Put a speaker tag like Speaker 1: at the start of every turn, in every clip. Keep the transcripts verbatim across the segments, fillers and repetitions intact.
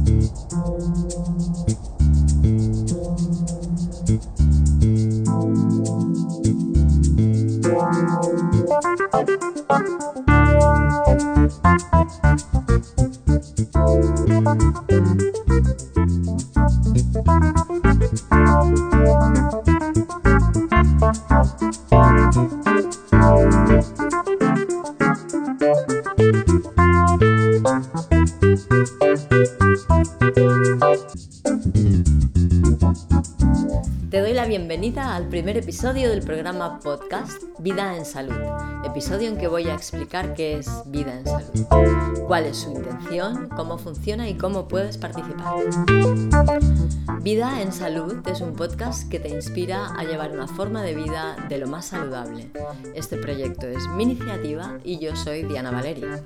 Speaker 1: Te doy la bienvenida al primer episodio del programa podcast Vida en Salud, episodio en que voy a explicar qué es Vida en Salud, cuál es su intención, cómo funciona y cómo puedes participar. Vida en Salud es un podcast que te inspira a llevar una forma de vida de lo más saludable. Este proyecto es mi iniciativa y yo soy Diana Valeria.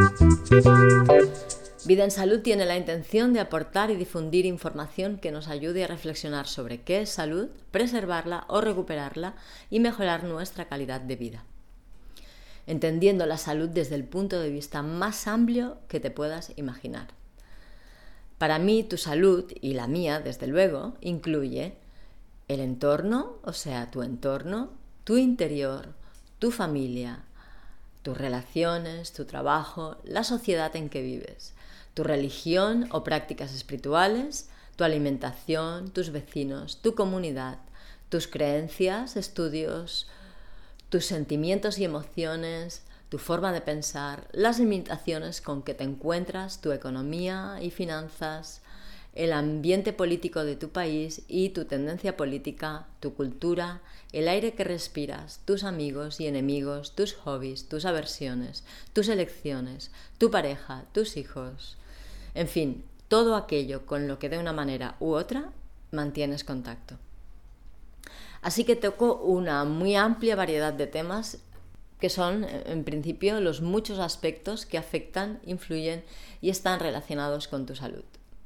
Speaker 1: Vida en Salud tiene la intención de aportar y difundir información que nos ayude a reflexionar sobre qué es salud, preservarla o recuperarla y mejorar nuestra calidad de vida, entendiendo la salud desde el punto de vista más amplio que te puedas imaginar. Para mí, tu salud, y la mía, desde luego, incluye el entorno, o sea, tu entorno, tu interior, tu familia, tus relaciones, tu trabajo, la sociedad en que vives, tu religión o prácticas espirituales, tu alimentación, tus vecinos, tu comunidad, tus creencias, estudios, tus sentimientos y emociones, tu forma de pensar, las limitaciones con que te encuentras, tu economía y finanzas, el ambiente político de tu país y tu tendencia política, tu cultura, el aire que respiras, tus amigos y enemigos, tus hobbies, tus aversiones, tus elecciones, tu pareja, tus hijos. En fin, todo aquello con lo que de una manera u otra mantienes contacto. Así que toco una muy amplia variedad de temas que son, en principio, los muchos aspectos que afectan, influyen y están relacionados con tu salud.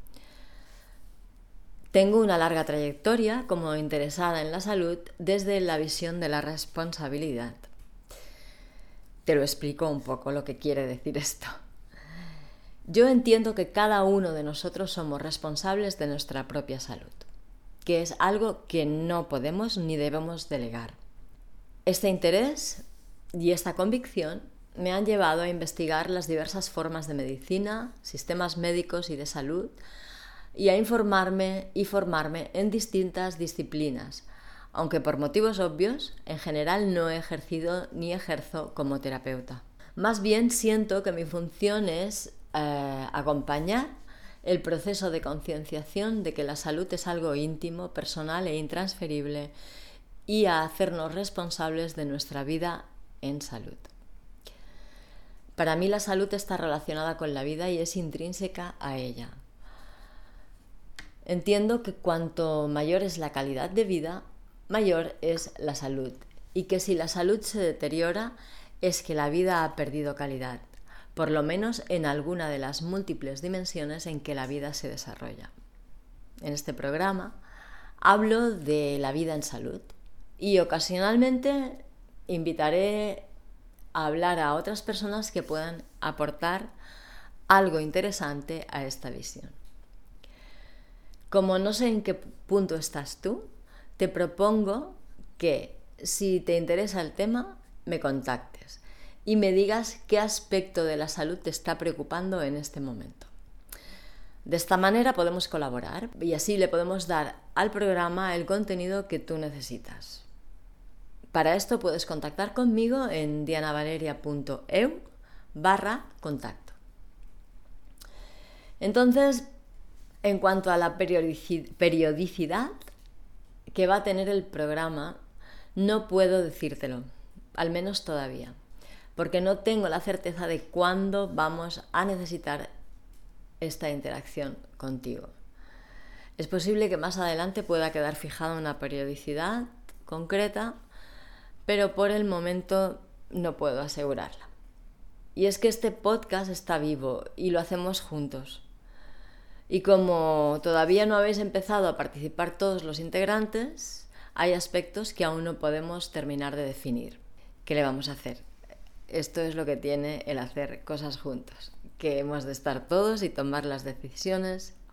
Speaker 1: Tengo una larga trayectoria como interesada en la salud desde la visión de la responsabilidad. Te lo explico un poco lo que quiere decir esto. Yo entiendo que cada uno de nosotros somos responsables de nuestra propia salud, que es algo que no podemos ni debemos delegar. Este interés y esta convicción me han llevado a investigar las diversas formas de medicina, sistemas médicos y de salud, y a informarme y formarme en distintas disciplinas, aunque por motivos obvios, en general no he ejercido ni ejerzo como terapeuta. Más bien siento que mi función es eh, acompañar el proceso de concienciación de que la salud es algo íntimo, personal e intransferible y a hacernos responsables de nuestra vida en salud. Para mí la salud está relacionada con la vida y es intrínseca a ella. Entiendo que cuanto mayor es la calidad de vida, mayor es la salud, y que si la salud se deteriora es que la vida ha perdido calidad, por lo menos en alguna de las múltiples dimensiones en que la vida se desarrolla. En este programa hablo de la vida en salud y ocasionalmente invitaré a hablar a otras personas que puedan aportar algo interesante a esta visión. Como no sé en qué punto estás tú, te propongo que, si te interesa el tema, me contactes y me digas qué aspecto de la salud te está preocupando en este momento. De esta manera podemos colaborar y así le podemos dar al programa el contenido que tú necesitas. Para esto puedes contactar conmigo en dianavaleria.eu barra contacto. Entonces, en cuanto a la periodicidad que va a tener el programa, no puedo decírtelo, al menos todavía, porque no tengo la certeza de cuándo vamos a necesitar esta interacción contigo. Es posible que más adelante pueda quedar fijada una periodicidad concreta, pero por el momento no puedo asegurarla. Y es que este podcast está vivo y lo hacemos juntos. Y como todavía no habéis empezado a participar todos los integrantes, hay aspectos que aún no podemos terminar de definir. ¿Qué le vamos a hacer? Esto es lo que tiene el hacer cosas juntos, que hemos de estar todos y tomar las decisiones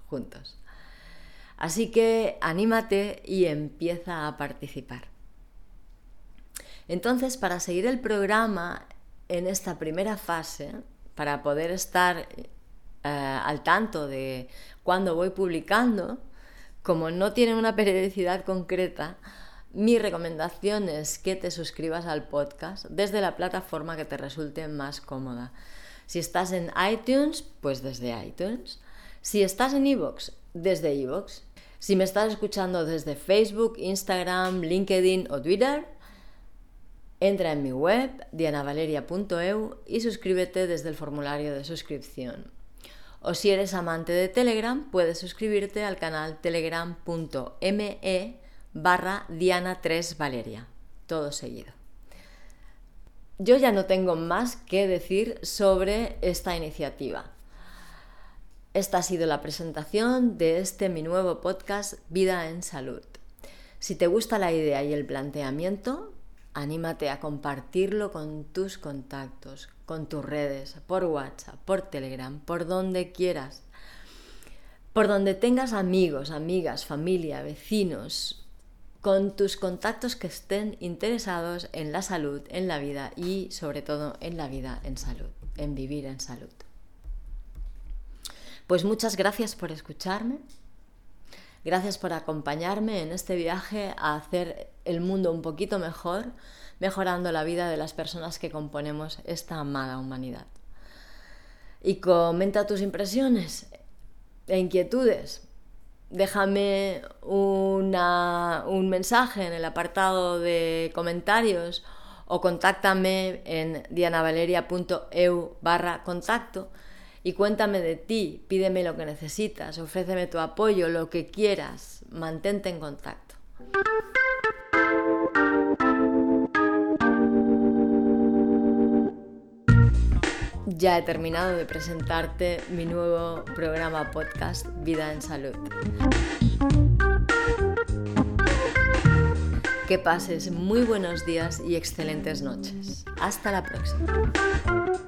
Speaker 1: juntos. Así que anímate y empieza a participar. Entonces, para seguir el programa en esta primera fase, para poder estar eh, al tanto de cuándo voy publicando, como no tiene una periodicidad concreta, mi recomendación es que te suscribas al podcast desde la plataforma que te resulte más cómoda. Si estás en iTunes, pues desde iTunes. Si estás en iVoox, desde iVoox. Si me estás escuchando desde Facebook, Instagram, LinkedIn o Twitter, entra en mi web, diana valeria punto e u, y suscríbete desde el formulario de suscripción. O si eres amante de Telegram, puedes suscribirte al canal telegram punto me barra diana tres valeria. Todo seguido. Yo ya no tengo más que decir sobre esta iniciativa. Esta ha sido la presentación de este mi nuevo podcast Vida en Salud. Si te gusta la idea y el planteamiento, anímate a compartirlo con tus contactos, con tus redes, por WhatsApp, por Telegram, por donde quieras, por donde tengas amigos, amigas, familia, vecinos, con tus contactos que estén interesados en la salud, en la vida y sobre todo en la vida en salud, en vivir en salud. Pues muchas gracias por escucharme. Gracias por acompañarme en este viaje a hacer el mundo un poquito mejor, mejorando la vida de las personas que componemos esta amada humanidad. Y comenta tus impresiones e inquietudes. Déjame una, un mensaje en el apartado de comentarios o contáctame en dianavaleria punto e u barra contacto. Y cuéntame de ti, pídeme lo que necesitas, ofréceme tu apoyo, lo que quieras, mantente en contacto. Ya he terminado de presentarte mi nuevo programa podcast Vida en Salud. Que pases muy buenos días y excelentes noches. Hasta la próxima.